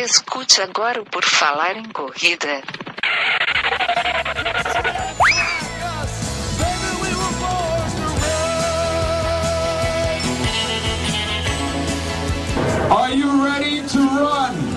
Escute agora o Por Falar em Corrida. Are you ready to run?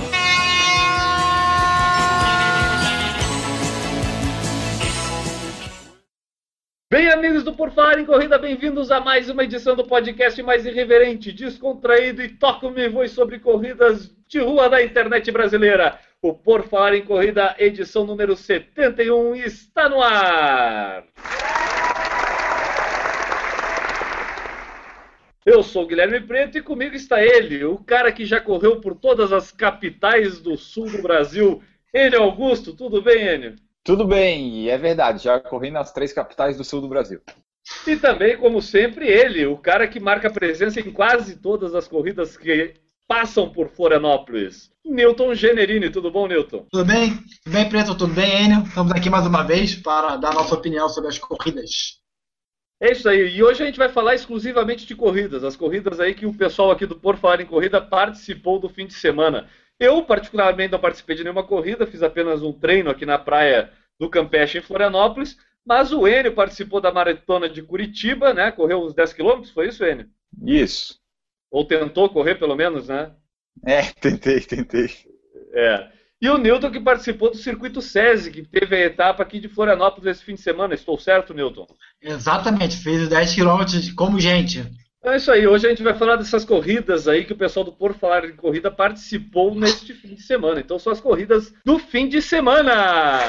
Bem, amigos do Por Falar em Corrida, bem-vindos a mais uma edição do podcast mais irreverente, descontraído e toca-me voz sobre corridas de rua da internet brasileira. O Por Falar em Corrida, edição número 71, está no ar! Eu sou o Guilherme Preto e comigo está ele, o cara que já correu por todas as capitais do sul do Brasil, Enio Augusto. Tudo bem, Enio? Tudo bem, e é verdade, já corri nas 3 capitais do sul do Brasil. E também, como sempre, ele, o cara que marca presença em quase todas as corridas que passam por Florianópolis, Newton Generini. Tudo bom, Newton? Tudo bem? Tudo bem, Preto? Tudo bem, Enio? Estamos aqui mais uma vez para dar nossa opinião sobre as corridas. É isso aí, e hoje a gente vai falar exclusivamente de corridas, as corridas aí que o pessoal aqui do Por Falar em Corrida participou do fim de semana. Eu, particularmente, não participei de nenhuma corrida, fiz apenas um treino aqui na praia do Campeche, em Florianópolis, mas o Enio participou da maratona de Curitiba, né? Correu uns 10 quilômetros, foi isso, Enio? Isso. Ou tentou correr, pelo menos, né? Tentei. E o Newton, que participou do Circuito SESI, que teve a etapa aqui de Florianópolis esse fim de semana. Estou certo, Newton? Exatamente, fez 10 quilômetros como gente. É isso aí, hoje a gente vai falar dessas corridas aí que o pessoal do Por Falar em Corrida participou neste fim de semana. Então são as corridas do fim de semana!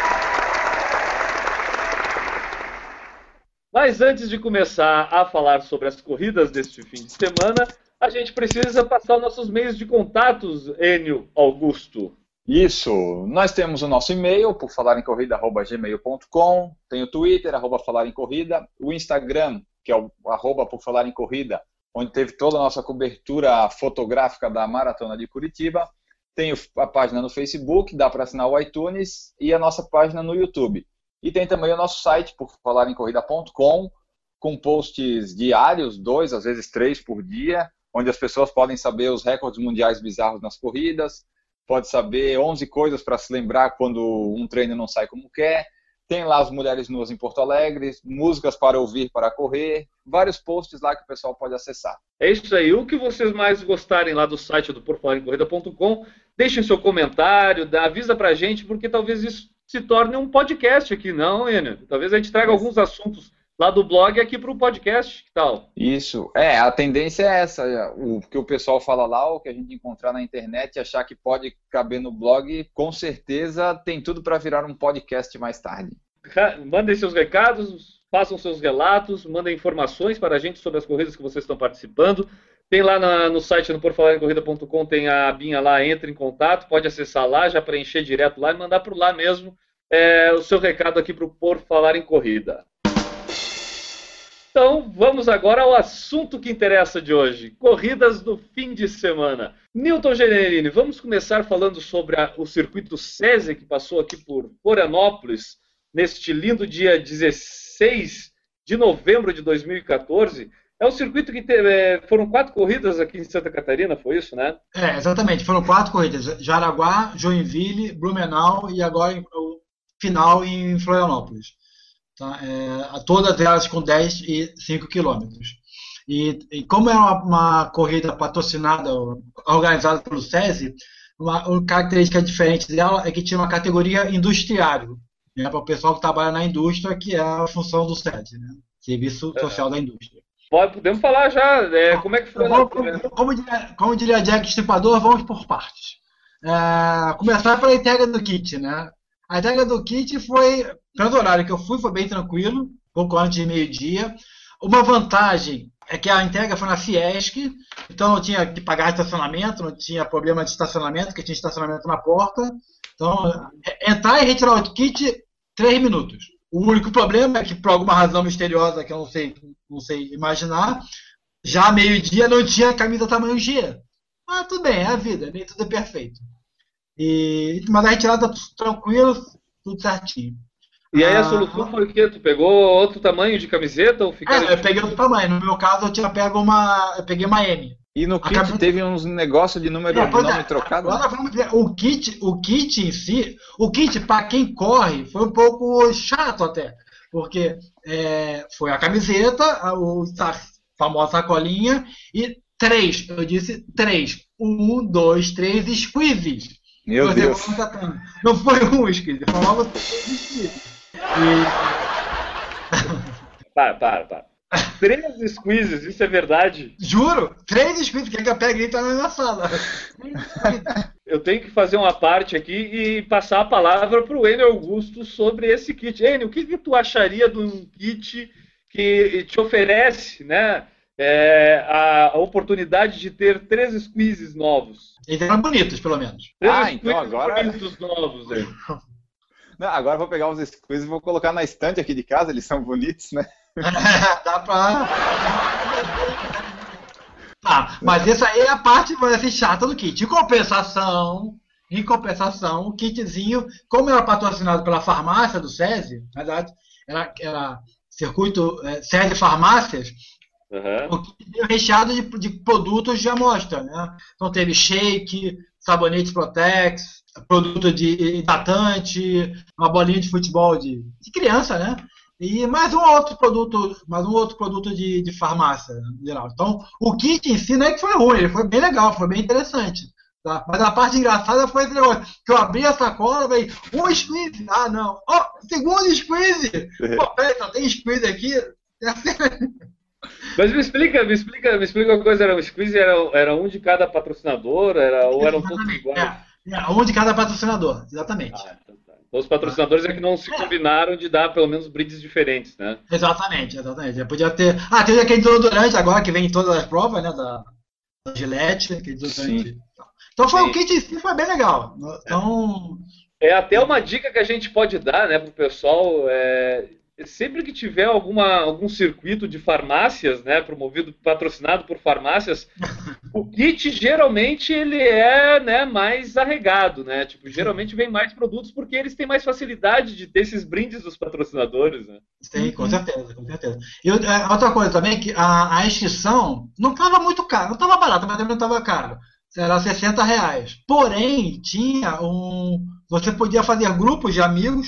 Mas antes de começar a falar sobre as corridas deste fim de semana, a gente precisa passar os nossos meios de contatos, Enio Augusto. Isso, nós temos o nosso e-mail, porfalarencorrida@gmail.com, tem o Twitter, @falarencorrida, o Instagram, que é o @porfalarencorrida, onde teve toda a nossa cobertura fotográfica da Maratona de Curitiba, tem a página no Facebook, dá para assinar o iTunes, e a nossa página no YouTube. E tem também o nosso site, porfalarencorrida.com, com posts diários, 2, às vezes 3 por dia, onde as pessoas podem saber os recordes mundiais bizarros nas corridas, pode saber 11 coisas para se lembrar quando um treino não sai como quer. Tem lá as mulheres nuas em Porto Alegre, músicas para ouvir para correr, vários posts lá que o pessoal pode acessar. É isso aí, o que vocês mais gostarem lá do site do porfalarencorrida.com, deixem seu comentário, avisa pra gente, porque talvez isso se torne um podcast aqui, não, Enio? Talvez a gente traga alguns assuntos lá do blog aqui para o podcast, que tal? Isso, a tendência é essa, o que o pessoal fala lá, o que a gente encontrar na internet, achar que pode caber no blog, com certeza tem tudo para virar um podcast mais tarde. Mandem seus recados, façam seus relatos, mandem informações para a gente sobre as corridas que vocês estão participando. Tem lá no site, no porfalarencorrida.com, tem a abinha lá, entre em contato, pode acessar lá, já preencher direto lá e mandar por lá mesmo o seu recado aqui para o Por Falar em Corrida. Então, vamos agora ao assunto que interessa de hoje, corridas do fim de semana. Newton Generini, vamos começar falando sobre o circuito SESI, que passou aqui por Florianópolis, neste lindo dia 16 de novembro de 2014. É um circuito que foram 4 corridas aqui em Santa Catarina, foi isso, né? Exatamente, foram 4 corridas, Jaraguá, Joinville, Blumenau e agora o final em Florianópolis. Tá? Todas elas com 10 e 5 quilômetros. E como é uma corrida patrocinada, organizada pelo SESI, uma característica diferente dela é que tinha uma categoria industriário, né, para o pessoal que trabalha na indústria, que é a função do SESI, né? Serviço Social da Indústria. Podemos falar já, como é que foi? Como diria Jack Stripador, vamos por partes. Começar pela entrega do kit, né? A entrega do kit foi, pelo horário que eu fui, foi bem tranquilo, pouco antes de meio-dia. Uma vantagem é que a entrega foi na Fiesc, então não tinha que pagar estacionamento, não tinha problema de estacionamento, porque tinha estacionamento na porta. Então, entrar e retirar o kit, 3 minutos. O único problema é que, por alguma razão misteriosa que eu não sei imaginar, já meio-dia não tinha camisa tamanho G. Mas tudo bem, é a vida, nem tudo é perfeito. Mas a retirada tranquila, tudo certinho. E aí a solução foi o quê? Tu pegou outro tamanho de camiseta? Ou eu peguei outro tamanho. No meu caso, eu peguei uma M. E no kit teve uns negócios de número de nome trocado. Agora vamos ver, o kit em si, para quem corre, foi um pouco chato até. Porque foi a camiseta, a famosa sacolinha e 3, eu disse 3. 1, 2, 3 squeezes. Meu Deus. Não foi um squeeze, foi logo 3 squeezes. Para. 3 squeezes, isso é verdade? Juro? 3 squeezes, quer que eu pegue e tá na minha sala. Eu tenho que fazer uma parte aqui e passar a palavra para o Enio Augusto sobre esse kit. Enio, o que tu acharia de um kit que te oferece, né, a oportunidade de ter 3 squeezes novos? Eles eram bonitos, pelo menos. Então agora... bonitos novos, Enio. Não, agora eu vou pegar os squeezes e vou colocar na estante aqui de casa, eles são bonitos, né? Dá pra... mas essa aí é a parte chata do kit. Em compensação, o kitzinho, como era patrocinado pela farmácia do SESI, na verdade, era circuito SESI Farmácias, o kit veio recheado de produtos de amostra, né? Então teve shake, sabonete Protex, produto de hidratante, uma bolinha de futebol de criança, né? E mais um outro produto de farmácia, em geral. Então, o kit em si não é que foi ruim, ele foi bem legal, foi bem interessante. Tá? Mas a parte engraçada foi esse negócio, que eu abri a sacola, veio um squeeze. Ah, não. Segundo squeeze. Peraí, só tem squeeze aqui. Mas me explica uma coisa, o squeeze era um de cada patrocinador, ou eram todos iguais? Um de cada patrocinador, exatamente. Então tá. Então, os patrocinadores é que não se combinaram de dar pelo menos brindes diferentes, né? Exatamente. Podia ter... teve aquele desodorante agora que vem em todas as provas, né? Da Gillette, aquele desodorante. Então o kit em si foi bem legal. Então... É até uma dica que a gente pode dar, né, pro pessoal, sempre que tiver algum circuito de farmácias, né, patrocinado por farmácias, o kit geralmente ele é, né, mais arregado, né? Tipo, geralmente vem mais produtos porque eles têm mais facilidade de ter esses brindes dos patrocinadores, né? Sim, com certeza. E outra coisa também, que a inscrição não estava muito cara, não estava barata, mas também não estava caro. Era R$60. Porém, você podia fazer grupos de amigos.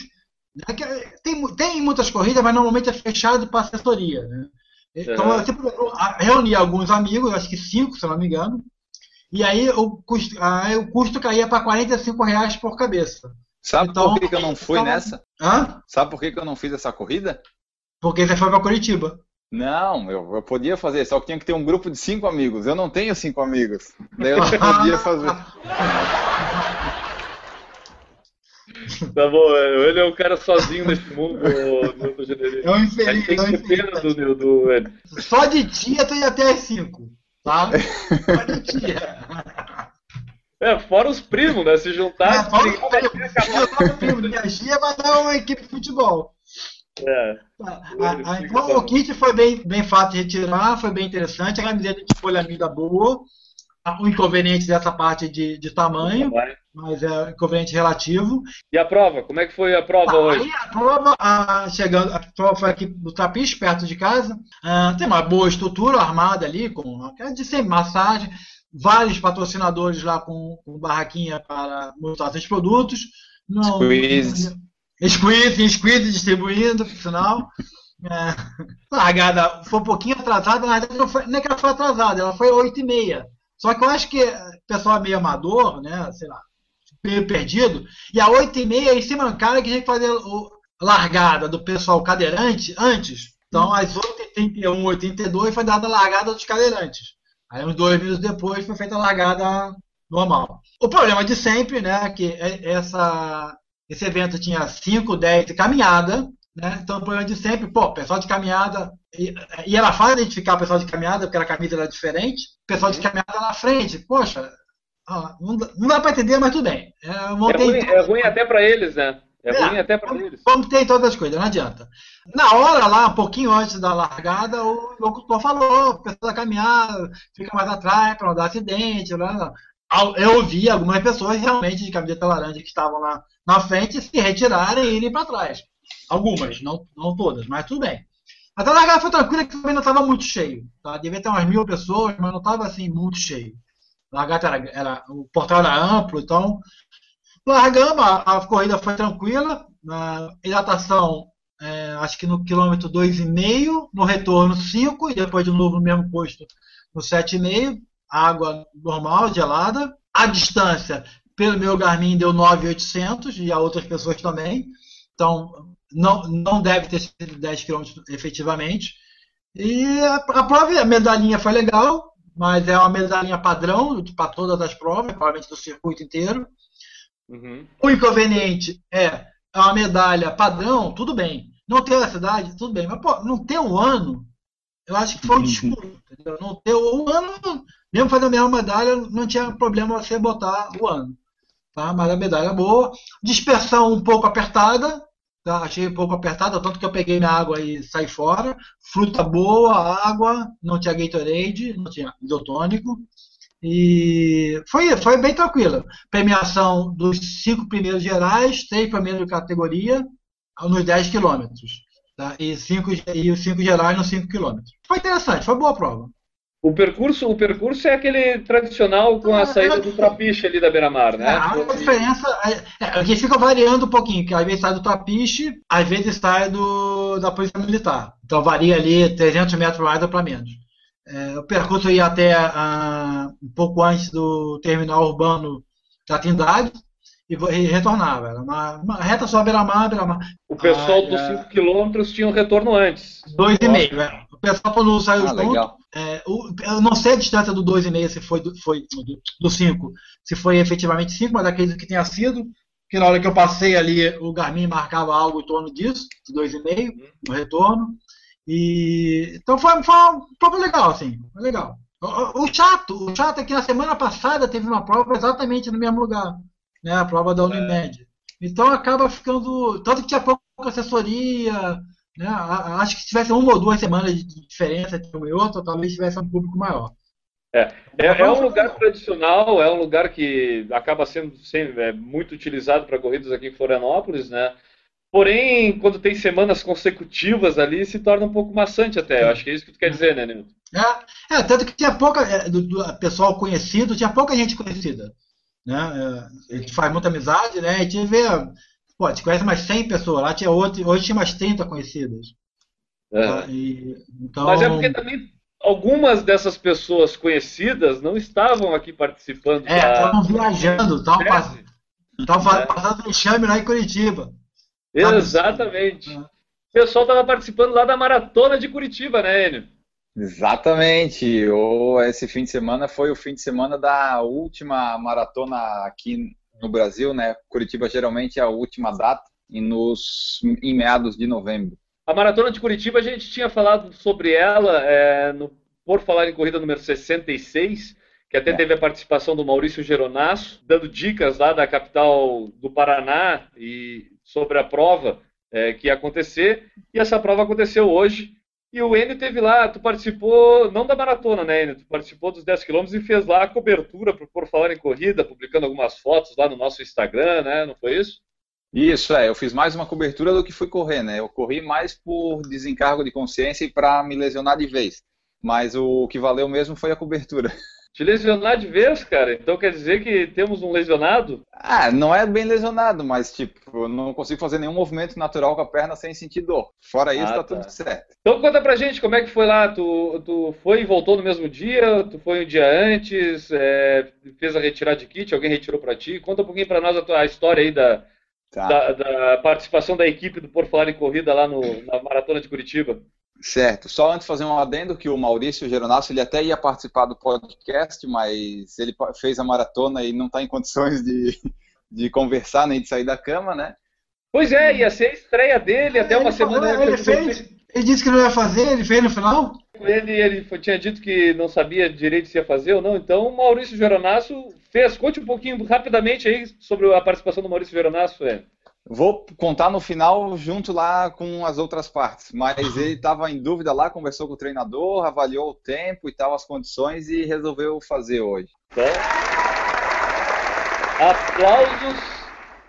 Tem muitas corridas, mas normalmente é fechado para assessoria, né? Então você reunia alguns amigos, acho que 5, se eu não me engano, e aí o custo caía para R$45 por cabeça. Sabe por que eu não fui nessa? Sabe por que eu não fiz essa corrida? Porque você foi para Curitiba. Não, eu podia fazer, só que tinha que ter um grupo de 5 amigos. Eu não tenho 5 amigos. Daí eu não podia fazer. Tá bom, ele é um cara sozinho nesse mundo. É um infeliz. Só de tia tu ia ter as 5, tá? Só de tia. Fora os primos, né? Se juntar, fora os primos. Minha tia vai dar uma equipe de futebol. Então o kit foi bem fácil de retirar, foi bem interessante. A camiseta de folhamida boa. O inconveniente dessa parte de tamanho, mas é inconveniente relativo. E a prova? Como é que foi a prova hoje? Aí a prova, a prova foi aqui do Trapiche, perto de casa. Tem uma boa estrutura armada ali, de sempre massagem, vários patrocinadores lá com barraquinha para mostrar seus produtos. Squeeze distribuindo, por sinal. Largada foi um pouquinho atrasada, na verdade não é que ela foi atrasada, ela foi 8h30. Só que eu acho que o pessoal é meio amador, né? Sei lá, meio perdido. E a 8h30 se mancaram que a gente fazer a largada do pessoal cadeirante antes. Então, às 8h31, 8h32 foi dada a largada dos cadeirantes. Aí, uns 2 minutos depois, foi feita a largada normal. O problema de sempre, né? Que esse evento tinha 5, 10 de caminhada. Né? Então, o problema de sempre, pessoal de caminhada, e era fácil identificar o pessoal de caminhada, porque a camisa era diferente, o pessoal de caminhada na frente, poxa, não dá para entender, mas tudo bem. É ruim até para eles, né? Ruim até para eles. Como tem todas as coisas, não adianta. Na hora lá, um pouquinho antes da largada, o locutor falou, o pessoal da caminhada fica mais atrás para não dar acidente, blá, blá. Eu ouvi algumas pessoas realmente de camiseta laranja que estavam lá na frente se retirarem e irem para trás. Algumas, não todas, mas tudo bem. Mas a largada foi tranquila, que também não estava muito cheio. Tá? Devia ter umas 1.000 pessoas, mas não estava assim muito cheio. A largada o portal era amplo, então largamos, a corrida foi tranquila. Na hidratação, acho que no quilômetro 2,5, no retorno 5, e depois de novo no mesmo posto no 7,5, água normal, gelada. A distância, pelo meu Garmin, deu 9.800 e a outras pessoas também. Então, não deve ter sido 10 quilômetros efetivamente. E a prova, a medalhinha foi legal, mas é uma medalhinha padrão para todas as provas, provavelmente do circuito inteiro. Uhum. O inconveniente é uma medalha padrão, tudo bem. Não ter a cidade, tudo bem. Mas, pô, não ter um ano, eu acho que foi um desculpa. Entendeu? Não ter um ano, mesmo fazendo a mesma medalha, não tinha problema você botar o ano. Tá? Mas a medalha é boa. Dispersão um pouco apertada. Tá? Achei um pouco apertada, tanto que eu peguei minha água e saí fora. Fruta boa, água, não tinha Gatorade, não tinha isotônico. E foi bem tranquila. Premiação dos 5 primeiros gerais, 3 primeiros de categoria, nos 10 quilômetros. Tá? E os 5 gerais nos 5 quilômetros. Foi interessante, foi boa a prova. O percurso é aquele tradicional com a saída do Trapiche ali da Beira-Mar, né? A diferença é que fica variando um pouquinho, que às vezes sai do Trapiche, às vezes sai da Polícia Militar. Então varia ali 300 metros mais ou para menos. O percurso ia até um pouco antes do terminal urbano da Trindade e retornava. Era uma reta só Beira-Mar. O pessoal dos 5 quilômetros tinha um retorno antes. 2,5. O pessoal quando saiu junto, legal. Eu não sei a distância do 2,5 se foi do 5, se foi efetivamente 5, mas acredito que tenha sido, porque na hora que eu passei ali, o Garmin marcava algo em torno disso, de 2,5 no retorno. Então foi uma prova legal, assim, foi legal. O chato é que na semana passada teve uma prova exatamente no mesmo lugar, né, a prova da Unimed. Então acaba ficando, tanto que tinha pouca assessoria, né, acho que se tivesse 1 ou 2 semanas de diferença entre um e outro, talvez tivesse um público maior. É um lugar tradicional, é um lugar que acaba sendo sempre, muito utilizado para corridas aqui em Florianópolis, né? Porém, quando tem semanas consecutivas ali, se torna um pouco maçante até. Eu acho que é isso que tu quer dizer, né, Nilton? Tanto que tinha pouca, do pessoal conhecido, tinha pouca gente conhecida. Né? A gente faz muita amizade, né? A gente vê, pô, a gente conhece mais 100 pessoas, lá hoje tinha mais 30 conhecidas. Tá? Então... Mas é porque também algumas dessas pessoas conhecidas não estavam aqui participando. Estavam viajando, estavam passando enxame lá em Curitiba. Exatamente. O pessoal estava participando lá da Maratona de Curitiba, né, Enio? Exatamente. Esse fim de semana foi o fim de semana da última maratona aqui no Brasil, né? Curitiba geralmente é a última data, em meados de novembro. A Maratona de Curitiba, a gente tinha falado sobre ela Por Falar em Corrida número 66, que até teve a participação do Maurício Geronasso, dando dicas lá da capital do Paraná e sobre a prova que ia acontecer, e essa prova aconteceu hoje, e o Enio teve lá, tu participou, não da maratona, né, Enio? Tu participou dos 10 quilômetros e fez lá a cobertura por Falar em Corrida, publicando algumas fotos lá no nosso Instagram, né, não foi isso? Isso, eu fiz mais uma cobertura do que fui correr, né, eu corri mais por desencargo de consciência e para me lesionar de vez, mas o que valeu mesmo foi a cobertura. Te lesionar de vez, cara? Então quer dizer que temos um lesionado? Não é bem lesionado, mas tipo, eu não consigo fazer nenhum movimento natural com a perna sem sentir dor. Fora isso, tá tudo certo. Então conta pra gente como é que foi lá. Tu foi e voltou no mesmo dia? Tu foi um dia antes? Fez a retirada de kit? Alguém retirou pra ti? Conta um pouquinho pra nós a história aí da participação da equipe do Por Falar em Corrida lá na Maratona de Curitiba. Certo. Só antes de fazer um adendo, que o Maurício Geronasso, ele até ia participar do podcast, mas ele fez a maratona e não está em condições de conversar nem de sair da cama, né? Pois ia ser a estreia dele até uma semana. Ele disse que não ia fazer, ele fez no final? Ele tinha dito que não sabia direito se ia fazer ou não, então o Maurício Geronasso fez. Conte um pouquinho rapidamente aí sobre a participação do Maurício Geronasso. Vou contar no final junto lá com as outras partes, mas ele estava em dúvida lá, conversou com o treinador, avaliou o tempo e tal, as condições e resolveu fazer hoje. Então,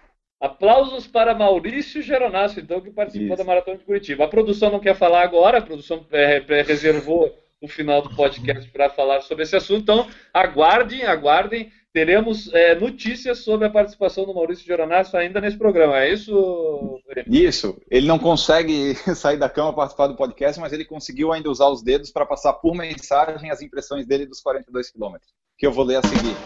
Aplausos para Maurício Geronasso, então, que participou da Maratona de Curitiba. A produção não quer falar agora, a produção reservou o final do podcast para falar sobre esse assunto, então aguardem. Teremos notícias sobre a participação do Maurício Geronasso ainda nesse programa, é isso? Isso, ele não consegue sair da cama para participar do podcast, mas ele conseguiu ainda usar os dedos para passar por mensagem as impressões dele dos 42 quilômetros, que eu vou ler a seguir.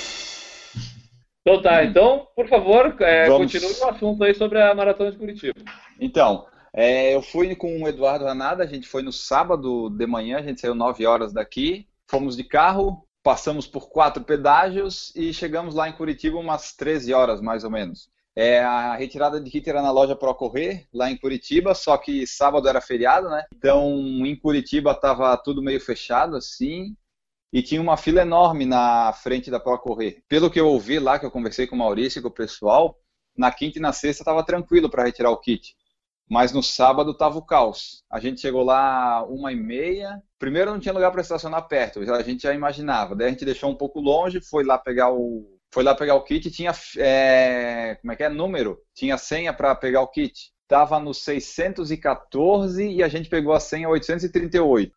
Então tá, então, por favor, continue o assunto aí sobre a Maratona de Curitiba. Então, eu fui com o Eduardo Ranada, a gente foi no sábado de manhã, a gente saiu 9 horas daqui, fomos de carro, passamos por 4 pedágios e chegamos lá em Curitiba umas 13 horas, mais ou menos. A retirada de kit era na loja Pro Correr, lá em Curitiba, só que sábado era feriado, né? Então, em Curitiba estava tudo meio fechado, assim, e tinha uma fila enorme na frente da Pro Correr. Pelo que eu ouvi lá, que eu conversei com o Maurício e com o pessoal, na quinta e na sexta estava tranquilo para retirar o kit. Mas no sábado estava o caos. A gente chegou lá 1h30. Primeiro não tinha lugar para estacionar perto, a gente já imaginava. Daí a gente deixou um pouco longe, foi lá pegar o kit, tinha número, tinha senha para pegar o kit. Tava no 614 e a gente pegou a senha 838.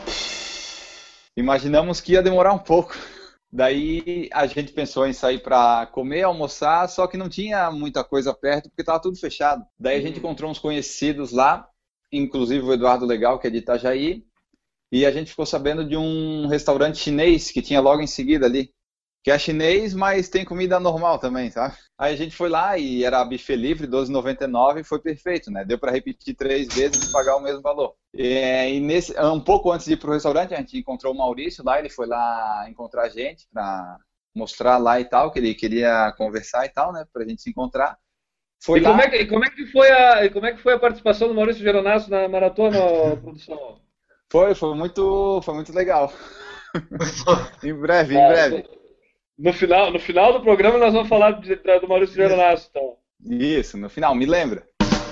Imaginamos que ia demorar um pouco. Daí a gente pensou em sair para comer, almoçar, só que não tinha muita coisa perto porque estava tudo fechado. Daí a gente encontrou uns conhecidos lá, inclusive o Eduardo Legal, que é de Itajaí, e a gente ficou sabendo de um restaurante chinês que tinha logo em seguida ali, que é chinês, mas tem comida normal também, sabe? Aí a gente foi lá e era buffet livre, R$12,99, e foi perfeito, né? Deu para repetir 3 vezes e pagar o mesmo valor. E um pouco antes de ir pro restaurante, a gente encontrou o Maurício lá, ele foi lá encontrar a gente para mostrar lá e tal, que ele queria conversar e tal, né? Pra gente se encontrar. Como é que foi a participação do Maurício Geronasso na maratona, produção? Foi muito legal. Em breve. No final do programa nós vamos falar do Maurício Geronasso, então. Isso, no final, me lembra.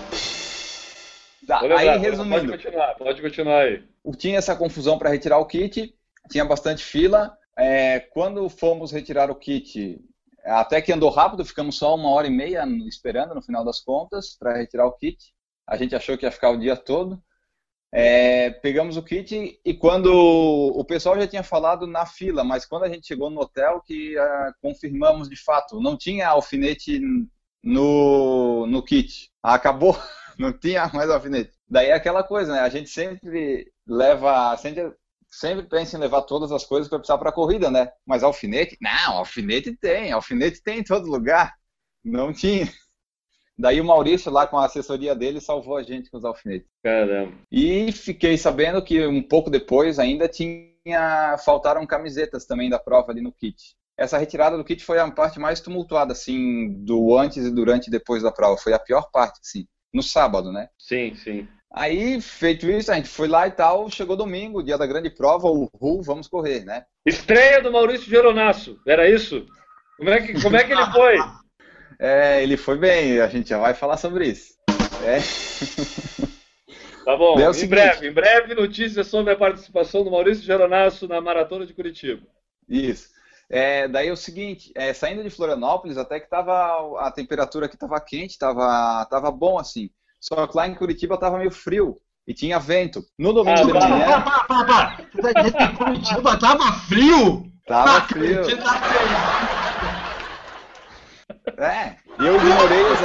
Tá, aí, resumindo. Pode continuar aí. Tinha essa confusão para retirar o kit, tinha bastante fila. Quando fomos retirar o kit, até que andou rápido, ficamos só 1h30 esperando, no final das contas, para retirar o kit. A gente achou que ia ficar o dia todo. Pegamos o kit e quando o pessoal já tinha falado na fila, mas quando a gente chegou no hotel que confirmamos de fato, não tinha alfinete no kit, acabou, não tinha mais alfinete. Daí é aquela coisa, né? A gente sempre pensa em levar todas as coisas para precisar para a corrida, né? Mas alfinete? Não, alfinete tem em todo lugar, não tinha. Daí o Maurício, lá com a assessoria dele, salvou a gente com os alfinetes. Caramba. E fiquei sabendo que um pouco depois ainda faltaram camisetas também da prova ali no kit. Essa retirada do kit foi a parte mais tumultuada, assim, do antes e durante e depois da prova. Foi a pior parte, assim, no sábado, né? Sim. Aí, feito isso, a gente foi lá e tal, chegou domingo, dia da grande prova, vamos correr, né? Estreia do Maurício Geronasso, era isso? Como é que ele foi? Ele foi bem, a gente já vai falar sobre isso. Tá bom, em breve notícias sobre a participação do Maurício Geronasso na Maratona de Curitiba. Isso. Daí é o seguinte, saindo de Florianópolis, até que a temperatura aqui estava quente, tava bom assim. Só que lá em Curitiba estava meio frio e tinha vento. No domingo de manhã... Você tá dizendo que Curitiba estava frio? Tava frio. E eu ignorei os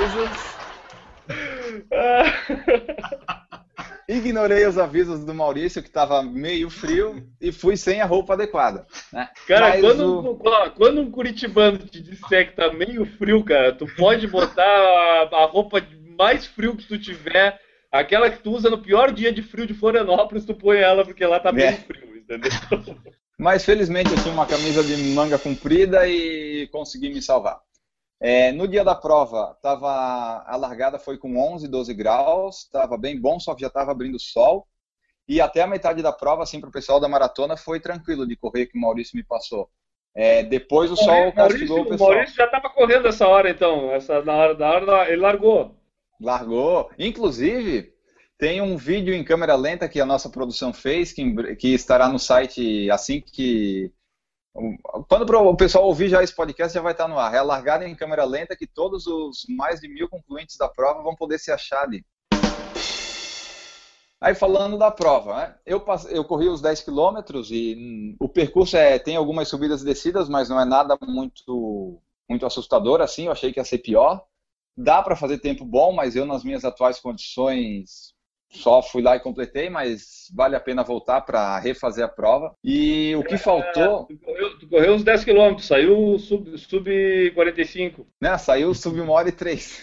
avisos. Ignorei os avisos do Maurício, que estava meio frio, e fui sem a roupa adequada. Né? Cara, quando um curitibano te disser que tá meio frio, cara, tu pode botar a roupa mais frio que tu tiver, aquela que tu usa no pior dia de frio de Florianópolis, tu põe ela porque lá tá bem frio, entendeu? Mas felizmente eu tinha uma camisa de manga comprida e consegui me salvar. No dia da prova, a largada foi com 11, 12 graus, estava bem bom, só que já estava abrindo sol. E até a metade da prova, assim, para o pessoal da maratona, foi tranquilo de correr, que o Maurício me passou. Depois o sol castigou o pessoal. O Maurício já estava correndo essa hora, então. Na hora ele largou. Largou. Inclusive, tem um vídeo em câmera lenta que a nossa produção fez, que estará no site assim que Quando o pessoal ouvir já esse podcast, já vai estar no ar. É a largada em câmera lenta que todos os mais de 1.000 concluintes da prova vão poder se achar ali. Aí falando da prova, né? Eu corri os 10 quilômetros e o percurso tem algumas subidas e descidas, mas não é nada muito assustador assim, eu achei que ia ser pior. Dá para fazer tempo bom, mas eu nas minhas atuais condições só fui lá e completei, mas vale a pena voltar para refazer a prova. E o que faltou... Tu correu os 10 km, saiu sub 45. Né, saiu sub 1h03.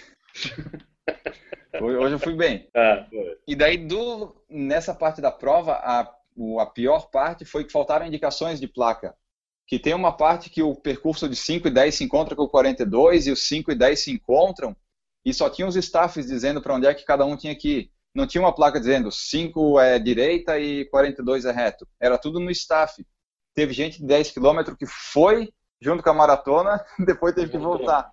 Hoje eu fui bem. Foi. E daí, nessa parte da prova, a pior parte foi que faltaram indicações de placa. Que tem uma parte que o percurso de 5 e 10 se encontra com o 42 e os 5 e 10 se encontram, e só tinha os staffs dizendo para onde é que cada um tinha que ir. Não tinha uma placa dizendo 5 é direita e 42 é reto. Era tudo no staff. Teve gente de 10 km que foi junto com a maratona, depois teve que voltar.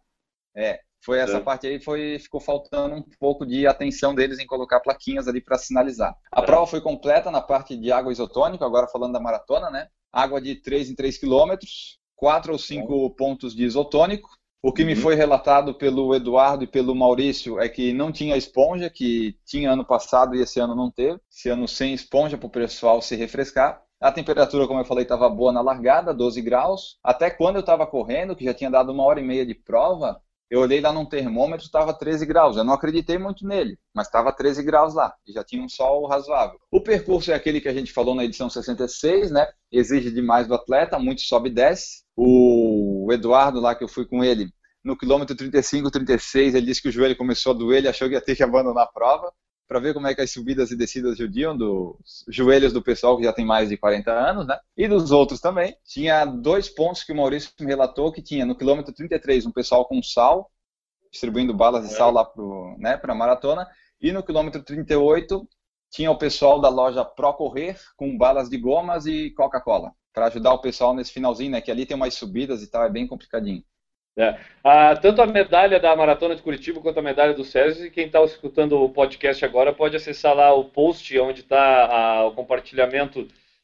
Foi essa parte aí, ficou faltando um pouco de atenção deles em colocar plaquinhas ali para sinalizar. A prova foi completa na parte de água isotônica, agora falando da maratona, né? Água de 3 em 3 km, 4 ou 5 pontos de isotônico. O que me foi relatado pelo Eduardo e pelo Maurício é que não tinha esponja, que tinha ano passado e esse ano não teve. Esse ano sem esponja para o pessoal se refrescar. A temperatura, como eu falei, estava boa na largada, 12 graus. Até quando eu estava correndo, que já tinha dado 1h30 de prova, eu olhei lá num termômetro, estava 13 graus. Eu não acreditei muito nele, mas estava 13 graus lá. E já tinha um sol razoável. O percurso é aquele que a gente falou na edição 66, né? Exige demais do atleta, muito sobe e desce. O Eduardo lá, que eu fui com ele, no quilômetro 35, 36, ele disse que o joelho começou a doer, ele achou que ia ter que abandonar a prova, para ver como é que as subidas e descidas judiam dos joelhos do pessoal que já tem mais de 40 anos, né? E dos outros também. Tinha 2 pontos que o Maurício me relatou, que tinha no quilômetro 33 um pessoal com sal, distribuindo balas de sal lá para a maratona, e no quilômetro 38 tinha o pessoal da loja Pro Correr com balas de gomas e Coca-Cola, para ajudar o pessoal nesse finalzinho, né? Que ali tem umas subidas e tal, é bem complicadinho. Tanto a medalha da Maratona de Curitiba quanto a medalha do SESI, quem está escutando o podcast agora pode acessar lá o post onde está o compartilhamento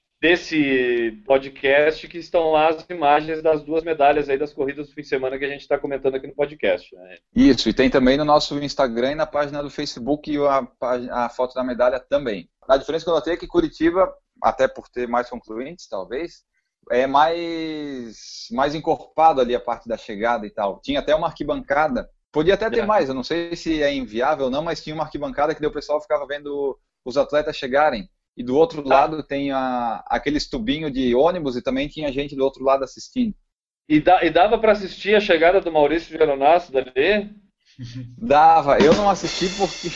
desse podcast, que estão lá as imagens das 2 medalhas aí das corridas do fim de semana que a gente está comentando aqui no podcast. Né? Isso, e tem também no nosso Instagram e na página do Facebook a foto da medalha também. A diferença que eu notei é que Curitiba, até por ter mais concluintes, talvez, é mais encorpado ali a parte da chegada e tal. Tinha até uma arquibancada, podia até ter mais, eu não sei se é inviável ou não, mas tinha uma arquibancada que daí o pessoal ficava vendo os atletas chegarem. E do outro lado tem aqueles tubinhos de ônibus e também tinha gente do outro lado assistindo. E dava para assistir a chegada do Maurício Geronasso dali? Dava, eu não assisti porque...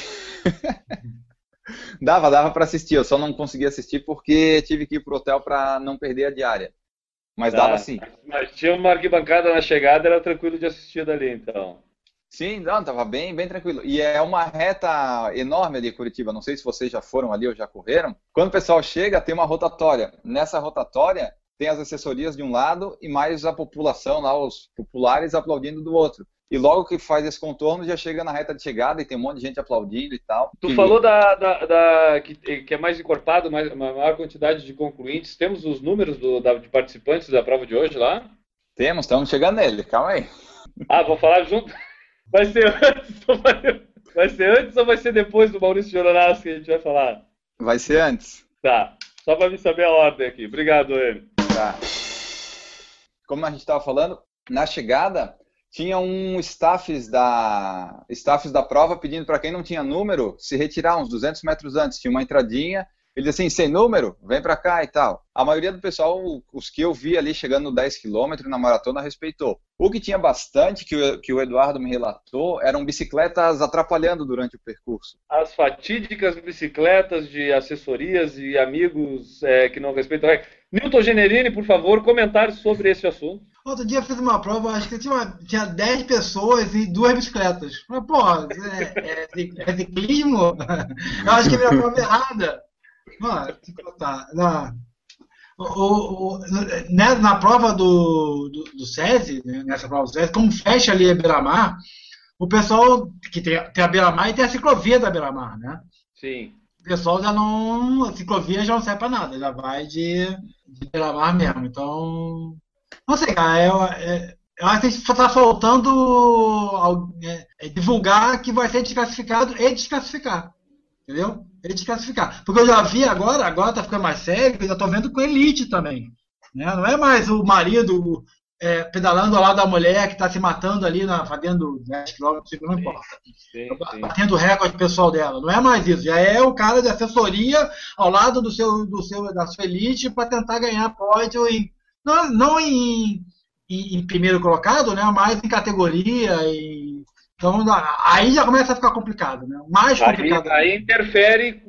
dava para assistir, eu só não consegui assistir porque tive que ir pro hotel para não perder a diária. Mas dava sim. Mas tinha uma arquibancada na chegada, era tranquilo de assistir dali, então. Sim, não, tava bem tranquilo. E é uma reta enorme ali em Curitiba, não sei se vocês já foram ali ou já correram. Quando o pessoal chega, tem uma rotatória. Nessa rotatória, tem as assessorias de um lado e mais a população lá, os populares aplaudindo do outro. E logo que faz esse contorno, já chega na reta de chegada e tem um monte de gente aplaudindo e tal. Tu falou que é mais encorpado, uma maior quantidade de concluintes. Temos os números de participantes da prova de hoje lá? Temos, estamos chegando nele, calma aí. Vou falar junto? Vai ser antes ou vai ser depois do Maurício Geronasso que a gente vai falar? Vai ser antes. Tá, só para me saber a ordem aqui. Obrigado, Enio. Tá. Como a gente estava falando, na chegada... Tinha staffs da prova pedindo para quem não tinha número se retirar uns 200 metros antes. Tinha uma entradinha, ele disse assim, sem número, vem para cá e tal. A maioria do pessoal, os que eu vi ali chegando no 10 km na maratona, respeitou. O que tinha bastante, que o Eduardo me relatou, eram bicicletas atrapalhando durante o percurso. As fatídicas bicicletas de assessorias e amigos que não respeitam. Newton Generini, por favor, comentários sobre esse assunto. Outro dia eu fiz uma prova, acho que tinha 10 pessoas e 2 bicicletas. Mas, pô, é ciclismo? Eu acho que é a minha prova errada. Mano, na prova do SESI, nessa prova do SESI, como fecha ali a Beira-Mar, o pessoal que tem a Beira-Mar e tem a ciclovia da Beira-Mar, né? Sim. O pessoal já não... A ciclovia já não serve para nada, já vai de Beira-Mar mesmo. Então... Não sei, cara, eu acho que está faltando divulgar que vai ser desclassificado e desclassificar. Entendeu? E desclassificar. Porque eu já vi agora tá ficando mais sério, eu já tô vendo com elite também. Né? Não é mais o marido pedalando ao lado da mulher que está se matando ali, fazendo 10 quilômetros, não importa. Sim. Batendo o recorde pessoal dela. Não é mais isso. Já é o cara de assessoria ao lado da sua elite para tentar ganhar pódio não em primeiro colocado, né? Mas em categoria. Então aí já começa a ficar complicado, né? Mais complicado. Aí interfere.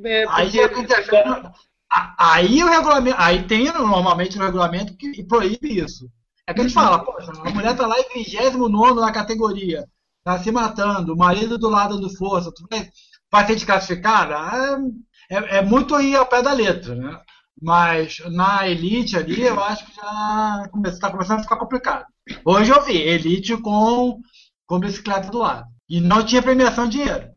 Aí o regulamento. Aí tem normalmente no regulamento que proíbe isso. É que a gente fala, poxa, a mulher tá lá em 29º na categoria, tá se matando, o marido do lado do força, tu vai ser desclassificada? É muito ir ao pé da letra, né? Mas na elite ali, eu acho que já está começando a ficar complicado. Hoje eu vi elite com bicicleta do lado. E não tinha premiação de dinheiro.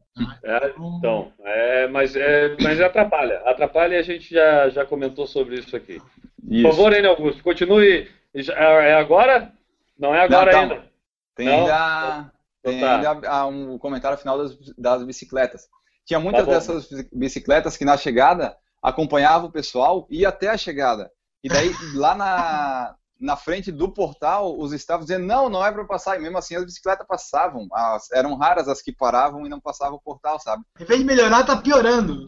Mas atrapalha. Atrapalha e a gente já comentou sobre isso aqui. Isso. Por favor, Enio Augusto, continue. É agora? Não é agora ainda. Tem ainda um comentário final das bicicletas. Tinha muitas dessas bicicletas que na chegada acompanhavam o pessoal e ia até a chegada. E daí, lá na frente do portal, os estavam dizendo, não é para passar. E mesmo assim as bicicletas passavam. Eram raras as que paravam e não passavam o portal, sabe? Em vez de melhorar, tá piorando.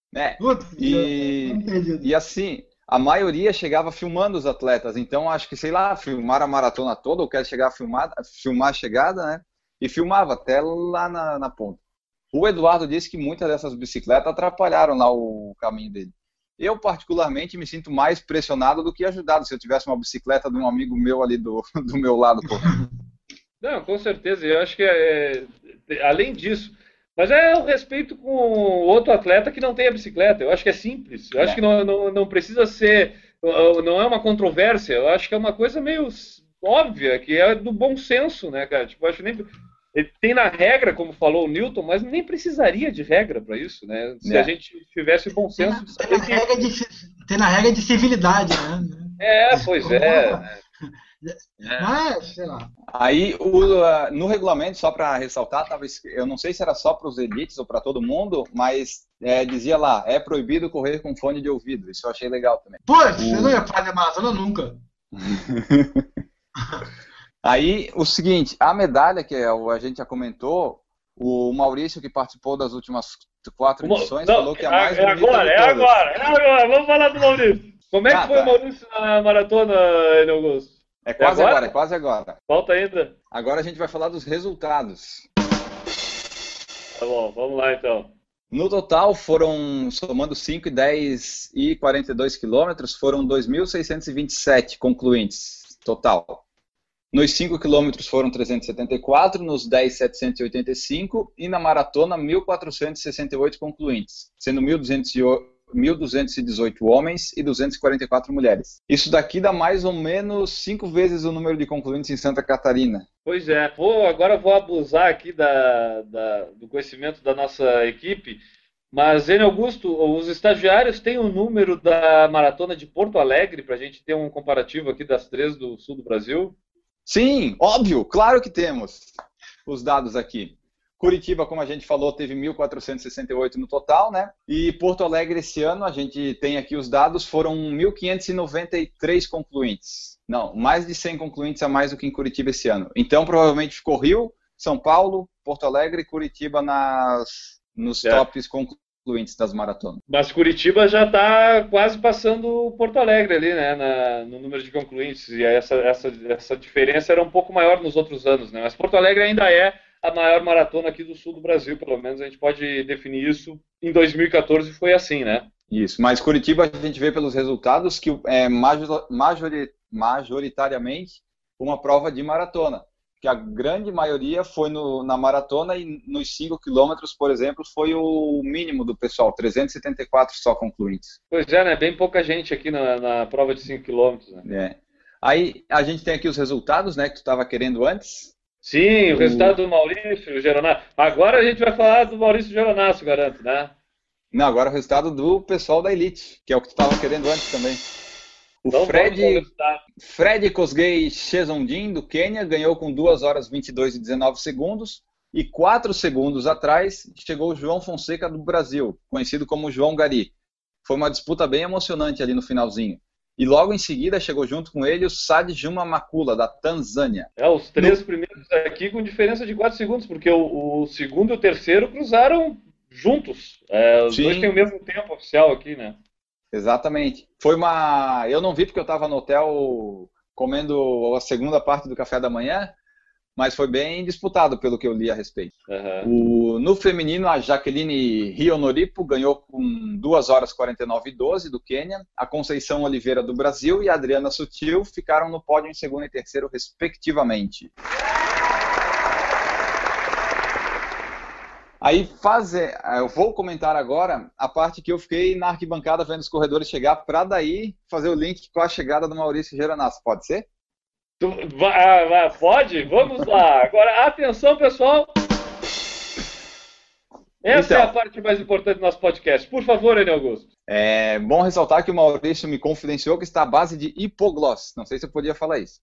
E assim, a maioria chegava filmando os atletas. Então, acho que, filmaram a maratona toda, ou quer chegar a filmar a chegada, né? E filmava até lá na ponta. O Eduardo disse que muitas dessas bicicletas atrapalharam lá o caminho dele. Eu, particularmente, me sinto mais pressionado do que ajudado se eu tivesse uma bicicleta de um amigo meu ali do meu lado. Não, com certeza. Eu acho que além disso, mas é o respeito com outro atleta que não tem a bicicleta. Eu acho que é simples. Eu acho que não precisa ser, não é uma controvérsia. Eu acho que é uma coisa meio óbvia, que é do bom senso, né, cara? Tipo, acho que nem tem na regra, como falou o Newton, mas nem precisaria de regra para isso, né? Se a gente tivesse o bom senso de saber tem na regra de civilidade, né? Pois é. Sei lá. Aí, no regulamento, só para ressaltar, eu não sei se era só para os elites ou para todo mundo, mas dizia lá, é proibido correr com fone de ouvido. Isso eu achei legal também. Pois, eu não ia fazer maratona nunca. Aí, o seguinte, a medalha que a gente já comentou, o Maurício, que participou das últimas 4 edições, falou que é a mais bonita de todas. É agora. Vamos falar do Maurício. Como é que foi o Maurício na maratona, Enio Augusto? É quase agora. Falta ainda. Agora a gente vai falar dos resultados. Tá bom, vamos lá então. No total, somando 5, 10 e 42 quilômetros, foram 2.627 concluintes, total. Nos 5 quilômetros foram 374, nos 10, 785 e na maratona 1.468 concluintes, sendo 1.218 homens e 244 mulheres. Isso daqui dá mais ou menos 5 vezes o número de concluintes em Santa Catarina. Pois é. Agora vou abusar aqui do conhecimento da nossa equipe, mas, Enio Augusto, os estagiários têm o número da maratona de Porto Alegre, para a gente ter um comparativo aqui das 3 do sul do Brasil? Sim, óbvio, claro que temos os dados aqui. Curitiba, como a gente falou, teve 1.468 no total, né? E Porto Alegre esse ano, a gente tem aqui os dados, foram 1.593 concluintes. Não, mais de 100 concluintes a mais do que em Curitiba esse ano. Então, provavelmente ficou Rio, São Paulo, Porto Alegre e Curitiba nos tops concluintes das maratonas. Mas Curitiba já está quase passando Porto Alegre ali, né, no número de concluintes. E essa diferença era um pouco maior nos outros anos, né? Mas Porto Alegre ainda é a maior maratona aqui do sul do Brasil, pelo menos a gente pode definir isso. Em 2014 foi assim, né? Isso, mas Curitiba a gente vê pelos resultados que é majoritariamente uma prova de maratona, que a grande maioria foi na maratona e nos 5 quilômetros, por exemplo, foi o mínimo do pessoal, 374 só concluintes. Pois é, né? Bem pouca gente aqui na prova de 5 quilômetros, né? Aí a gente tem aqui os resultados, né, que tu estava querendo antes. Sim, o resultado do Maurício Geronasso. Agora a gente vai falar do Maurício Geronasso, garanto, né? Não, agora o resultado do pessoal da Elite, que é o que tu estava querendo antes também. O Então, vamos com o resultado. Fred Kosgei Chesondin, do Quênia, ganhou com 2 horas 22 e 19 segundos. E 4 segundos atrás chegou o João Fonseca do Brasil, conhecido como João Gari. Foi uma disputa bem emocionante ali no finalzinho. E logo em seguida chegou junto com ele o Saad Juma Makula, da Tanzânia. Os 3 primeiros aqui com diferença de 4 segundos, porque o segundo e o terceiro cruzaram juntos. Os Sim. dois têm o mesmo tempo oficial aqui, né? Exatamente. Eu não vi porque eu estava no hotel comendo a segunda parte do café da manhã, mas foi bem disputado pelo que eu li a respeito. No feminino, a Jaqueline Rionoripo ganhou com 2 horas 49 e 12 do Quênia, a Conceição Oliveira do Brasil e a Adriana Sutil ficaram no pódio em segundo e terceiro, respectivamente. Aí eu vou comentar agora a parte que eu fiquei na arquibancada vendo os corredores chegar, para daí fazer o link com a chegada do Maurício Geronasso. Pode ser? Pode? Vamos lá. Agora, atenção, pessoal. Essa é a parte mais importante do nosso podcast. Por favor, Enio Augusto. É bom ressaltar que o Maurício me confidenciou que está à base de hipogloss. Não sei se eu podia falar isso.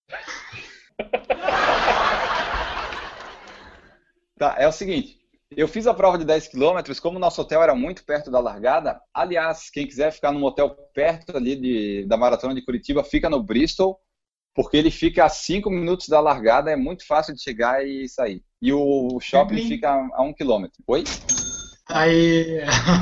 Tá, é o seguinte. Eu fiz a prova de 10 km, como o nosso hotel era muito perto da largada. Aliás, quem quiser ficar num hotel perto ali da Maratona de Curitiba, fica no Bristol, porque ele fica a 5 minutos da largada, é muito fácil de chegar e sair. E o shopping fica a 1 km. Oi? Aí...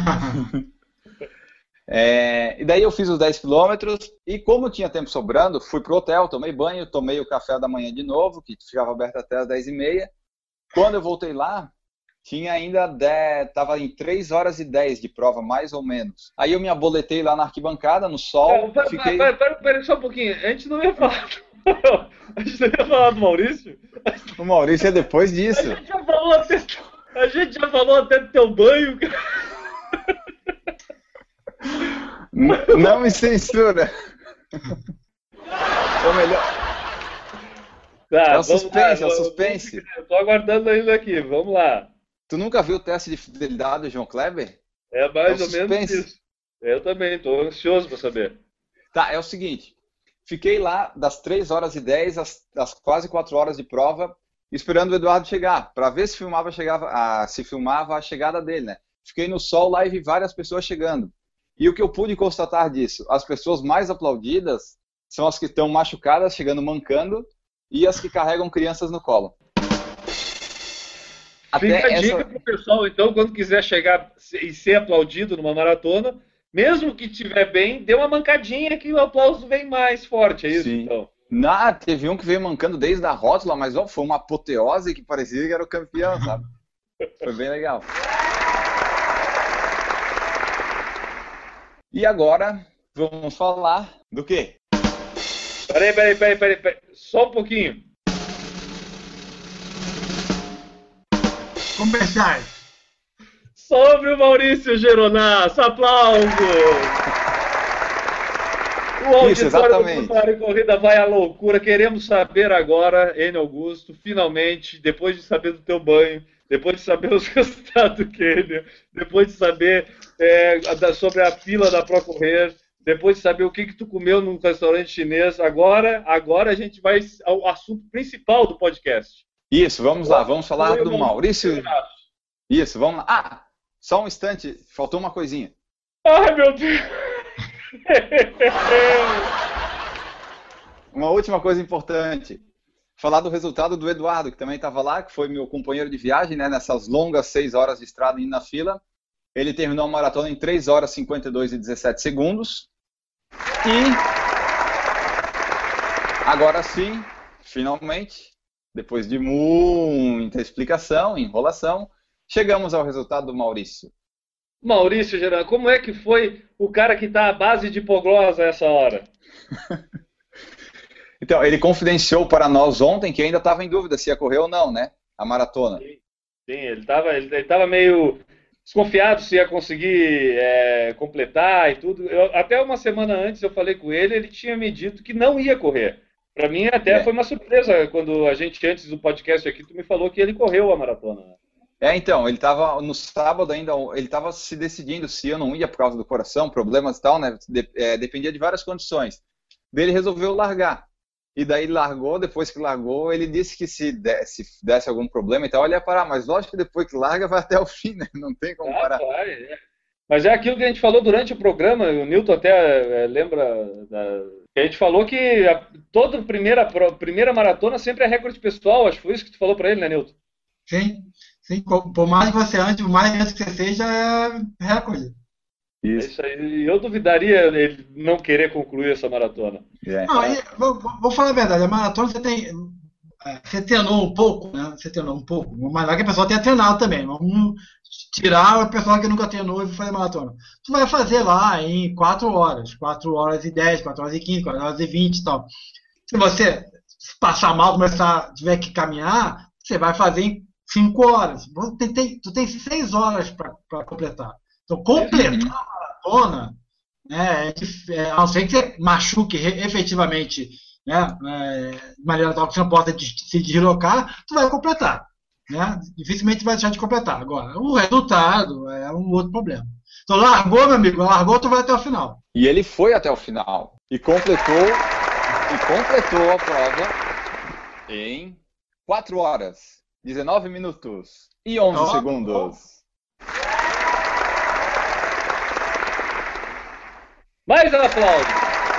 E daí eu fiz os 10 km e como tinha tempo sobrando, fui pro hotel, tomei banho, tomei o café da manhã de novo, que ficava aberto até as 10h30. Quando eu voltei lá, tinha ainda estava em 3 horas e 10 de prova, mais ou menos. Aí eu me aboletei lá na arquibancada, no sol. Pera só um pouquinho. A gente não ia falar. A gente não ia falar do Maurício? O Maurício é depois disso. A gente já falou até do teu banho, cara. Não me censura. Ou melhor. Tá, é o suspense, é o suspense. Eu tô aguardando ainda aqui, vamos lá. Tu nunca viu o teste de fidelidade do João Kleber? É mais ou menos isso. Eu também, tô ansioso para saber. Tá, é o seguinte. Fiquei lá das 3 horas e 10 às quase 4 horas de prova, esperando o Eduardo chegar, para ver se filmava a chegada dele, né? Fiquei no sol lá e vi várias pessoas chegando. E o que eu pude constatar disso? As pessoas mais aplaudidas são as que estão machucadas, chegando mancando, e as que carregam crianças no colo. Fica a dica pro pessoal, então, quando quiser chegar e ser aplaudido numa maratona, mesmo que estiver bem, dê uma mancadinha que o aplauso vem mais forte, é isso? Sim. Então? Teve um que veio mancando desde a rótula, mas foi uma apoteose que parecia que era o campeão, sabe? Foi bem legal. E agora, vamos falar do quê? Peraí. Só um pouquinho. Comerciais. Sobre o Maurício Geronasso, aplausos! O auditório do Falar em Corrida vai à loucura. Queremos saber agora, Enio Augusto, finalmente, depois de saber do teu banho, depois de saber os resultados do Quênia, depois de saber sobre a fila da Procorrer, depois de saber o que tu comeu num restaurante chinês, agora a gente vai ao assunto principal do podcast. Isso, vamos lá, vamos falar do Maurício. Isso, vamos lá. Só um instante, faltou uma coisinha. Ai, meu Deus! Uma última coisa importante. Falar do resultado do Eduardo, que também estava lá, que foi meu companheiro de viagem, né, nessas longas 6 horas de estrada indo na fila. Ele terminou a maratona em 3 horas 52 e 17 segundos. E agora sim, finalmente, depois de muita explicação, enrolação, chegamos ao resultado do Maurício. Maurício Geronasso, como é que foi o cara que está à base de hipoglosa essa hora? Então, ele confidenciou para nós ontem que ainda estava em dúvida se ia correr ou não, né? A maratona. Sim, ele estava meio desconfiado se ia conseguir completar e tudo. Até uma semana antes eu falei com ele, ele tinha me dito que não ia correr. Para mim até foi uma surpresa quando a gente, antes do podcast aqui, tu me falou que ele correu a maratona. Então, ele estava no sábado ainda, ele estava se decidindo se eu não ia por causa do coração, problemas e tal, né? Dependia de várias condições. Daí ele resolveu largar. E daí largou, depois que largou, ele disse que se desse algum problema e tal, ele ia parar. Mas lógico que depois que larga, vai até o fim, né? Não tem como parar. Vai, é. Mas é aquilo que a gente falou durante o programa, o Newton até lembra, que a gente falou que toda primeira maratona sempre é recorde pessoal, acho que foi isso que tu falou para ele, né, Newton? Sim. Por mais que você ande, por mais vezes que você seja, é recorde. Isso. É isso aí. Eu duvidaria ele não querer concluir essa maratona. Vou falar a verdade, a maratona você treinou um pouco, né? Você treinou um pouco, mas não é que a pessoa tenha treinado também. Vamos tirar o pessoal que nunca treinou e fazer maratona. Tu vai fazer lá em 4 horas, 4 horas e 10, 4 horas e 15, 4 horas e 20 e tal. Se você passar mal, tiver que caminhar, você vai fazer em 5 horas. Tu tem 6 horas para completar. Então, completar a maratona, né, a não ser que você machuque efetivamente, né, de maneira tal que você não possa se deslocar, tu vai completar. Né? Dificilmente vai deixar de completar. Agora, o resultado é um outro problema. Então, largou, meu amigo, tu vai até o final. E ele foi até o final. E completou a prova em 4 horas, 19 minutos e 11 segundos. Mais aplausos!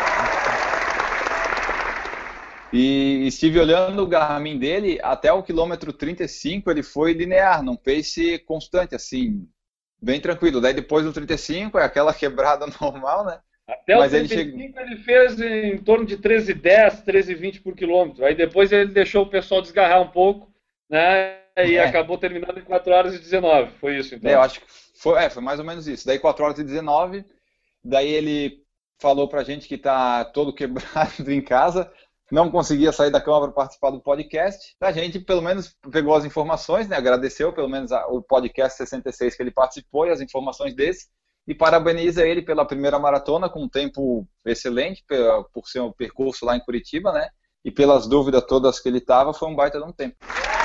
E estive olhando o Garmin dele, até o quilômetro 35 ele foi linear, num pace constante, assim, bem tranquilo. Daí depois do 35 é aquela quebrada normal, né? Até o 35 ele fez em torno de 13,10, 13,20 por quilômetro. Aí depois ele deixou o pessoal desgarrar um pouco, né? E acabou terminando em 4 horas e 19. Foi isso, então? Eu acho que foi mais ou menos isso. Daí 4 horas e 19, daí ele falou pra gente que tá todo quebrado em casa, não conseguia sair da cama para participar do podcast. A gente, pelo menos, pegou as informações, né? Agradeceu, pelo menos, o podcast 66 que ele participou e as informações desse. E parabeniza ele pela primeira maratona, com um tempo excelente, por ser um percurso lá em Curitiba, né? E pelas dúvidas todas que ele tava, foi um baita de um tempo.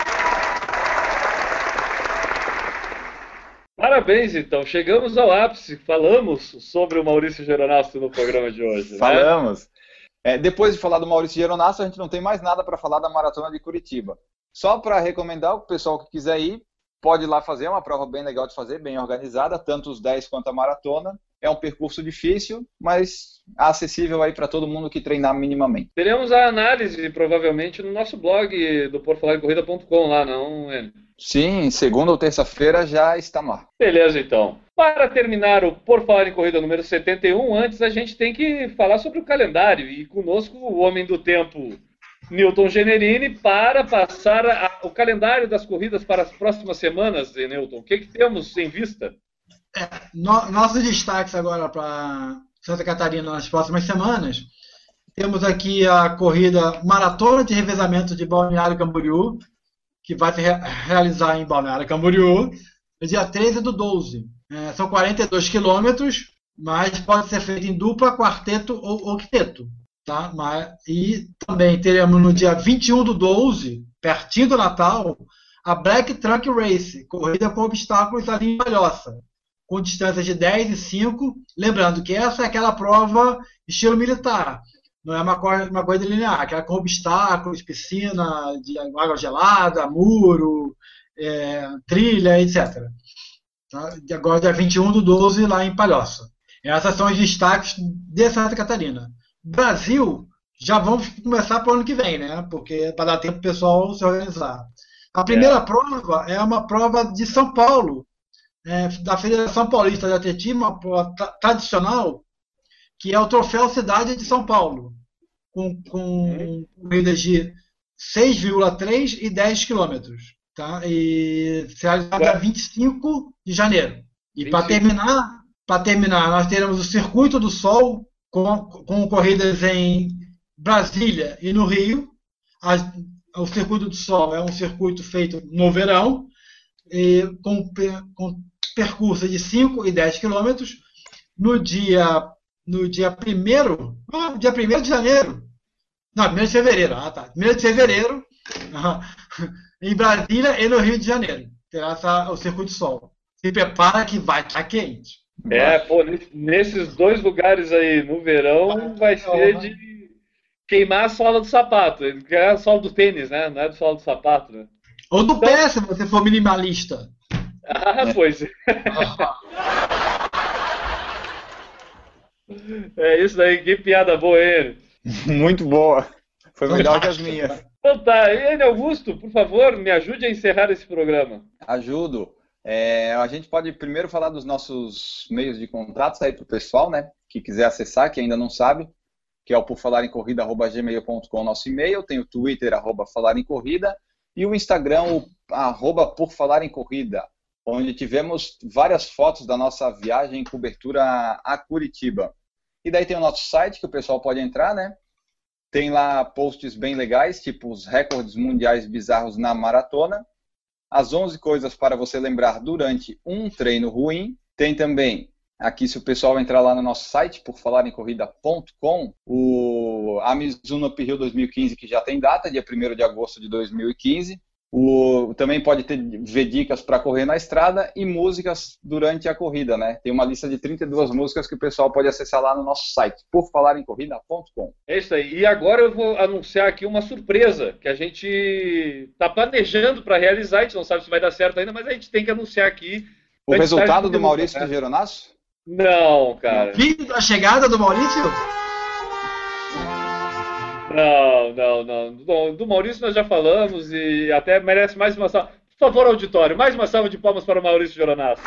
Parabéns, então. Chegamos ao ápice. Falamos sobre o Maurício Geronasso no programa de hoje, né? Falamos. Depois de falar do Maurício Geronasso, a gente não tem mais nada para falar da Maratona de Curitiba. Só para recomendar, o pessoal que quiser ir, pode ir lá fazer, é uma prova bem legal de fazer, bem organizada, tanto os 10 quanto a maratona. É um percurso difícil, mas acessível aí para todo mundo que treinar minimamente. Teremos a análise, provavelmente, no nosso blog do porfalarincorrida.com lá, não, Enio? Sim, segunda ou terça-feira já está no ar. Beleza, então. Para terminar o Por Falar em Corrida número 71, antes a gente tem que falar sobre o calendário. E conosco o homem do tempo, Newton Generini, para passar o calendário das corridas para as próximas semanas, Newton. O que temos em vista? Nossos destaques agora para Santa Catarina nas próximas semanas. Temos aqui a corrida Maratona de Revezamento de Balneário Camboriú, que vai se realizar em Balneário Camboriú, no dia 13/12. São 42 quilômetros, mas pode ser feito em dupla, quarteto ou octeto. Tá? E também teremos no dia 21/12, pertinho do Natal, a Black Trunk Race, corrida com obstáculos ali em Palhoça, com distâncias de 10 e 5. Lembrando que essa é aquela prova estilo militar. Não é uma coisa linear, aquela com obstáculos, piscina de água gelada, muro, trilha, etc. Tá? Agora, dia 21/12, lá em Palhoça. Essas são os destaques de Santa Catarina. Brasil, já vamos começar para o ano que vem, né? Porque para dar tempo para o pessoal se organizar. A primeira prova é uma prova de São Paulo, da Federação Paulista de Atletismo, uma prova tradicional, que é o Troféu Cidade de São Paulo, com corridas de 6,3 e 10 quilômetros. Tá? E será dia 25 de janeiro. E para terminar, nós teremos o Circuito do Sol, com corridas em Brasília e no Rio. O Circuito do Sol é um circuito feito no verão, com percurso de 5 e 10 quilômetros. No dia 1º de janeiro. Não, 1º de fevereiro. 1º de fevereiro, em Brasília e no Rio de Janeiro. Terá o Circuito do Sol. Se prepara que vai estar quente. Nesses dois lugares aí no verão vai ser queimar a sola do sapato. Ele quer a sola do tênis, né? Não é do sola do sapato, né? Ou do pé, se você for minimalista. Ah, pois é. É isso aí, que piada boa, hein? Muito boa. Foi melhor que as minhas. Então tá, Enio Augusto, por favor, me ajude a encerrar esse programa. Ajudo. A gente pode primeiro falar dos nossos meios de contatos aí para o pessoal, né? Que quiser acessar, que ainda não sabe, que é o porfalarencorrida@gmail.com, nosso e-mail. Tem o Twitter, @falarencorrida, e o Instagram, o @porfalarencorrida, onde tivemos várias fotos da nossa viagem em cobertura a Curitiba. E daí tem o nosso site, que o pessoal pode entrar, né? Tem lá posts bem legais, tipo os recordes mundiais bizarros na maratona, as 11 coisas para você lembrar durante um treino ruim. Tem também, aqui se o pessoal entrar lá no nosso site, porfalarencorrida.com, a Mizuno Uphill 2015, que já tem data, dia 1º de agosto de 2015. Também pode ver dicas para correr na estrada e músicas durante a corrida, né? Tem uma lista de 32 músicas que o pessoal pode acessar lá no nosso site, porfalarencorrida.com. É isso aí. E agora eu vou anunciar aqui uma surpresa que a gente está planejando para realizar. A gente não sabe se vai dar certo ainda, mas a gente tem que anunciar aqui. O resultado do Maurício de Geronasso? Não, cara. Vídeo da chegada do Maurício? Não. Do Maurício nós já falamos e até merece mais uma salva. Por favor, auditório, mais uma salva de palmas para o Maurício Geronasso.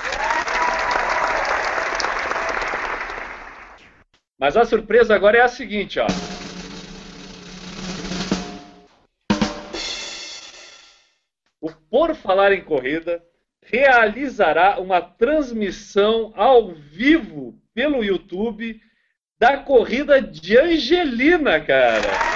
Mas a surpresa agora é a seguinte, ó. O Por Falar em Corrida realizará uma transmissão ao vivo pelo YouTube da corrida de Angelina, cara.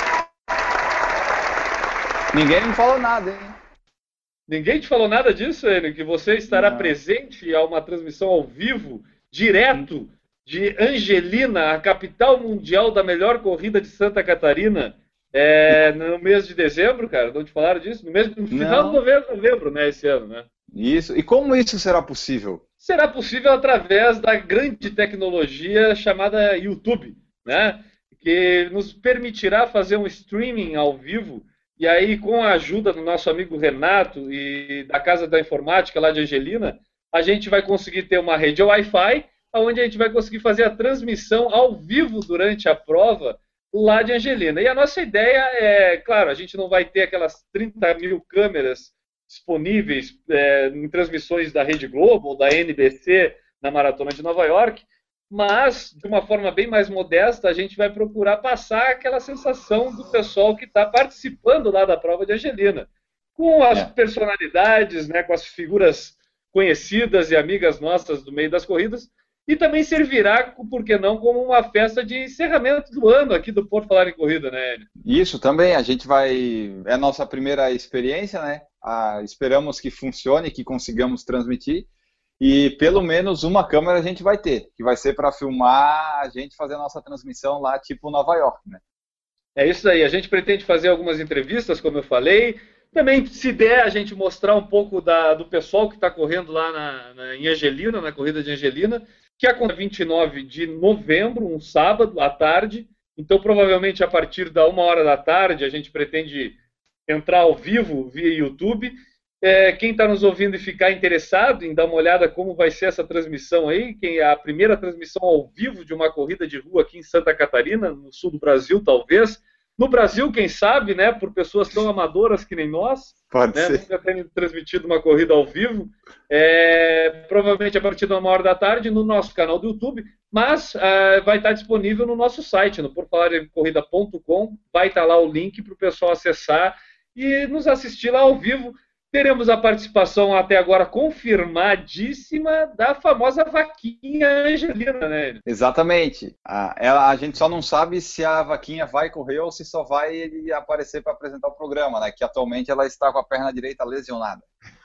Ninguém me falou nada, hein? Ninguém te falou nada disso, Enio? Que você estará presente a uma transmissão ao vivo, direto de Angelina, a capital mundial da melhor corrida de Santa Catarina, no mês de dezembro, cara? Não te falaram disso? No final de novembro, né, esse ano, né? Isso. E como isso será possível? Será possível através da grande tecnologia chamada YouTube, né? Que nos permitirá fazer um streaming ao vivo. E aí, com a ajuda do nosso amigo Renato e da Casa da Informática lá de Angelina, a gente vai conseguir ter uma rede Wi-Fi, onde a gente vai conseguir fazer a transmissão ao vivo durante a prova lá de Angelina. E a nossa ideia é, claro, a gente não vai ter aquelas 30 mil câmeras disponíveis em transmissões da Rede Globo ou da NBC na Maratona de Nova York, mas, de uma forma bem mais modesta, a gente vai procurar passar aquela sensação do pessoal que está participando lá da prova de Angelina, com as personalidades, né, com as figuras conhecidas e amigas nossas do meio das corridas, e também servirá, por que não, como uma festa de encerramento do ano aqui do Por Falar em Corrida, né, Enio? Isso também, a gente vai... É a nossa primeira experiência, né? Esperamos que funcione, que consigamos transmitir. E pelo menos uma câmera a gente vai ter, que vai ser para filmar a gente fazer a nossa transmissão lá, tipo Nova York, né? É isso aí, a gente pretende fazer algumas entrevistas, como eu falei. Também, se der, a gente mostrar um pouco do pessoal que está correndo lá em Angelina, na corrida de Angelina, que acontece 29 de novembro, um sábado, à tarde. Então, provavelmente, a partir da 1h da tarde, a gente pretende entrar ao vivo via YouTube. Quem está nos ouvindo e ficar interessado em dar uma olhada como vai ser essa transmissão aí, a primeira transmissão ao vivo de uma corrida de rua aqui em Santa Catarina, no sul do Brasil, talvez. No Brasil, quem sabe, né, por pessoas tão amadoras que nem nós, né, nunca terem transmitido uma corrida ao vivo, provavelmente a partir da 1h da tarde no nosso canal do YouTube, mas vai estar disponível no nosso site, no porfalarencorrida.com, vai estar lá o link para o pessoal acessar e nos assistir lá ao vivo. Teremos a participação até agora confirmadíssima da famosa vaquinha Angelina, né? Exatamente. A gente só não sabe se a vaquinha vai correr ou se só vai aparecer para apresentar o programa, né? Que atualmente ela está com a perna direita lesionada.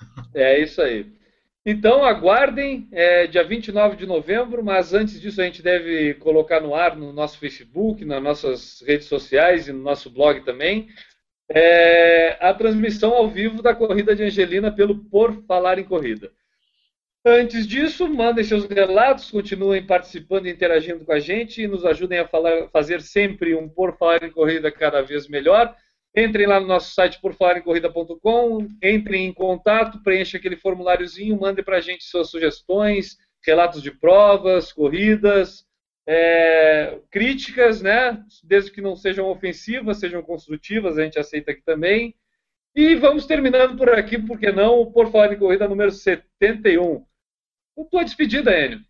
É isso aí. Então aguardem, dia 29 de novembro, mas antes disso a gente deve colocar no ar no nosso Facebook, nas nossas redes sociais e no nosso blog também, a transmissão ao vivo da corrida de Angelina pelo Por Falar em Corrida. Antes disso, mandem seus relatos, continuem participando e interagindo com a gente e nos ajudem a fazer sempre um Por Falar em Corrida cada vez melhor. Entrem lá no nosso site porfalarencorrida.com, entrem em contato, preenchem aquele formuláriozinho, mandem para a gente suas sugestões, relatos de provas, corridas, críticas, né? Desde que não sejam ofensivas, sejam construtivas, a gente aceita aqui também. E vamos terminando por aqui, por que não, o Por Falar em Corrida número 71. Tua despedida, Enio.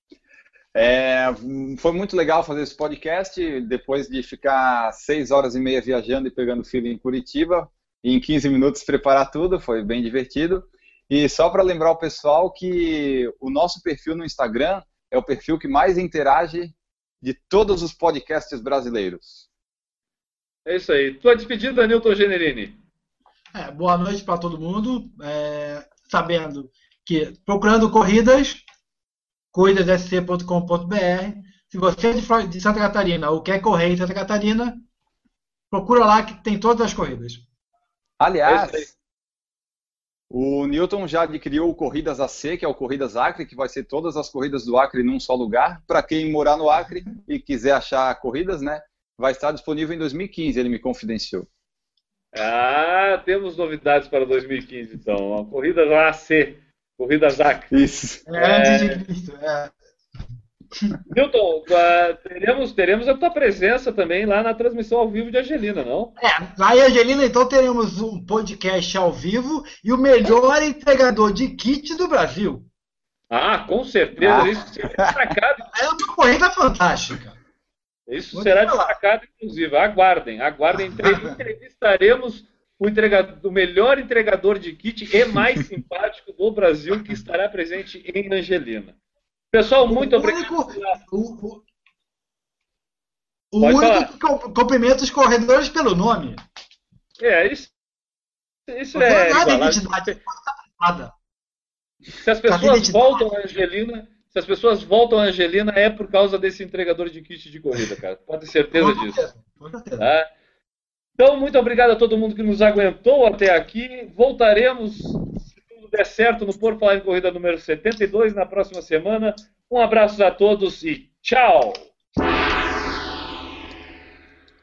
Foi muito legal fazer esse podcast, depois de ficar 6 horas e meia viajando e pegando fila em Curitiba, e em 15 minutos preparar tudo, foi bem divertido. E só para lembrar o pessoal que o nosso perfil no Instagram é o perfil que mais interage de todos os podcasts brasileiros. É isso aí. Tua despedida, Nilton Generini. Boa noite para todo mundo. Sabendo que procurando corridas, corridassc.com.br. Se você é de Santa Catarina ou quer correr em Santa Catarina, procura lá que tem todas as corridas. Aliás, o Newton já adquiriu o Corridas AC, que é o Corridas Acre, que vai ser todas as corridas do Acre num só lugar. Para quem morar no Acre e quiser achar corridas, né, vai estar disponível em 2015, ele me confidenciou. Temos novidades para 2015, então. A Corridas AC, Corridas Acre. Isso. Newton, teremos a tua presença também lá na transmissão ao vivo de Angelina, não? Lá em Angelina, então, teremos um podcast ao vivo e o melhor entregador de kit do Brasil. Com certeza. Isso será destacado. É uma corrida fantástica. Isso será destacado, inclusive. Aguardem. Entrevistaremos o melhor entregador de kit e mais simpático do Brasil, que estará presente em Angelina. Pessoal, muito obrigado. O único que cumprimenta os corredores pelo nome. Isso é nada. Se as pessoas voltam a Angelina, é por causa desse entregador de kit de corrida, cara. Pode ter certeza disso. Então, muito obrigado a todo mundo que nos aguentou até aqui. Voltaremos, se tudo der certo, no Por Falar em Corrida número 72 na próxima semana. Um abraço a todos e tchau!